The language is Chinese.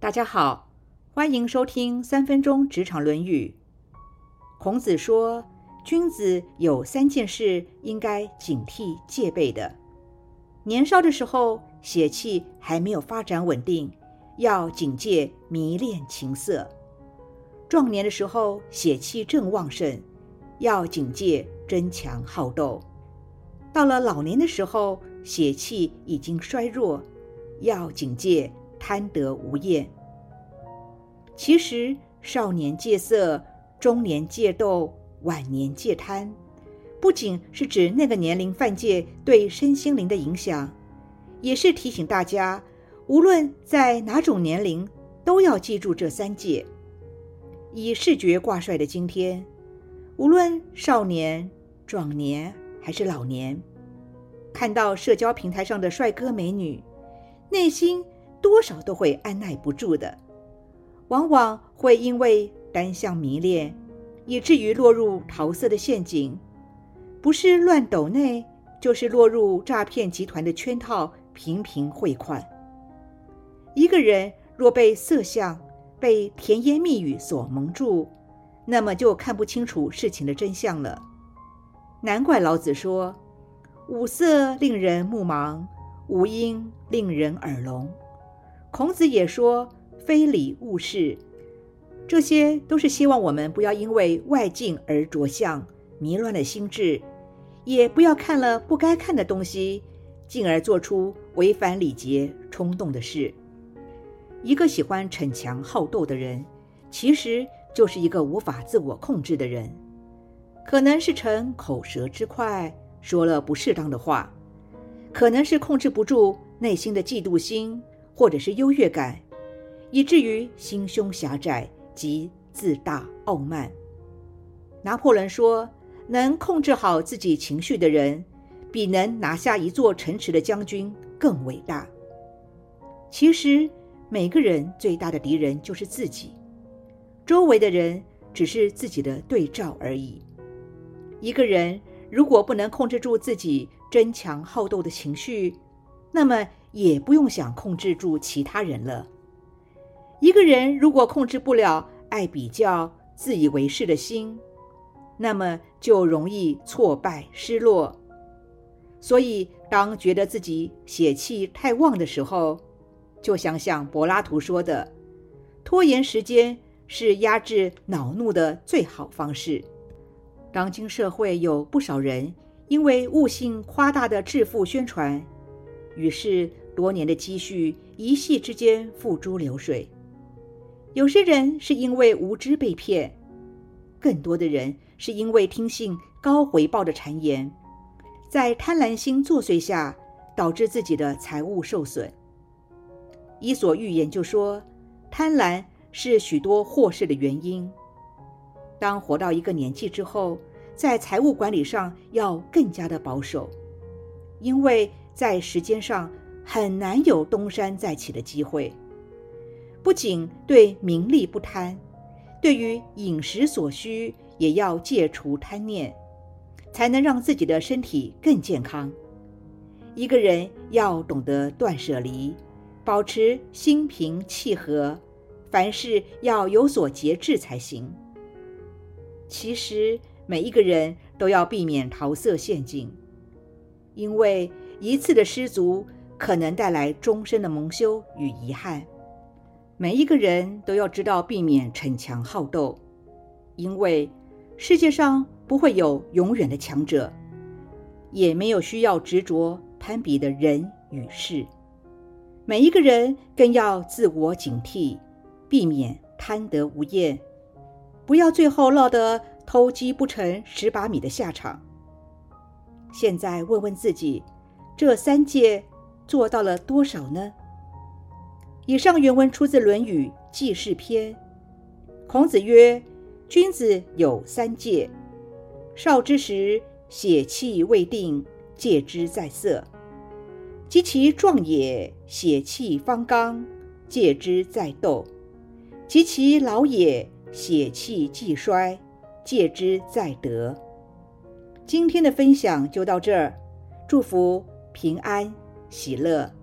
大家好，欢迎收听3分钟职场论语。孔子说，君子有3件事应该警惕戒备的。年少的时候，血气还没有发展稳定，要警戒迷恋情色；壮年的时候，血气正旺盛，要警戒争强好斗；到了老年的时候，血气已经衰弱，要警戒贪得无厌。其实少年戒色，中年戒斗，晚年戒贪，不仅是指那个年龄犯戒对身心灵的影响，也是提醒大家，无论在哪种年龄，都要记住这3戒。以视觉挂帅的今天，无论少年、壮年还是老年，看到社交平台上的帅哥美女，内心多少都会按捺不住的，往往会因为单向迷恋，以至于落入桃色的陷阱，不是乱抖内，就是落入诈骗集团的圈套，频频汇款。一个人若被色相、被甜言蜜语所蒙住，那么就看不清楚事情的真相了。难怪老子说，五色令人目盲，五音令人耳聋。孔子也说，非礼勿视。这些都是希望我们不要因为外境而着相，迷乱了心智，也不要看了不该看的东西，进而做出违反礼节、冲动的事。一个喜欢逞强好斗的人，其实就是一个无法自我控制的人，可能是逞口舌之快，说了不适当的话，可能是控制不住内心的嫉妒心，或者是优越感，以至于心胸狭窄及自大傲慢。拿破仑说，能控制好自己情绪的人，比能拿下一座城池的将军更伟大。其实每个人最大的敌人就是自己，周围的人只是自己的对照而已。一个人如果不能控制住自己争强好斗的情绪，那么也不用想控制住其他人了。一个人如果控制不了爱比较、自以为是的心，那么就容易挫败失落。所以当觉得自己血气太旺的时候，就想想柏拉图说的，拖延时间是压制恼怒的最好方式。当今社会有不少人因为误信夸大的致富宣传，于是多年的积蓄一夕之间付诸流水。有些人是因为无知被骗，更多的人是因为听信高回报的谗言，在贪婪心作祟下，导致自己的财物受损。伊索寓言就说，贪婪是许多祸事的原因。当活到一个年纪之后，在财务管理上要更加的保守，因为在时间上很难有东山再起的机会。不仅对名利不贪，对于饮食所需也要戒除贪念，才能让自己的身体更健康。一个人要懂得断舍离，保持心平气和，凡事要有所节制才行。其实每一个人都要避免桃色陷阱，因为一次的失足可能带来终身的蒙羞与遗憾。每一个人都要知道避免逞强好斗，因为世界上不会有永远的强者，也没有需要执着攀比的人与事。每一个人更要自我警惕，避免贪得无厌，不要最后落得偷鸡不成蚀把米的下场。现在问问自己，这3戒做到了多少呢？以上原文出自《论语·记事篇》。孔子曰：君子有3戒，少之时，血气未定，戒之在色；及其壮也，血气方刚，戒之在斗；及其老也，血气既衰，戒之在德。今天的分享就到这儿，祝福平安喜乐。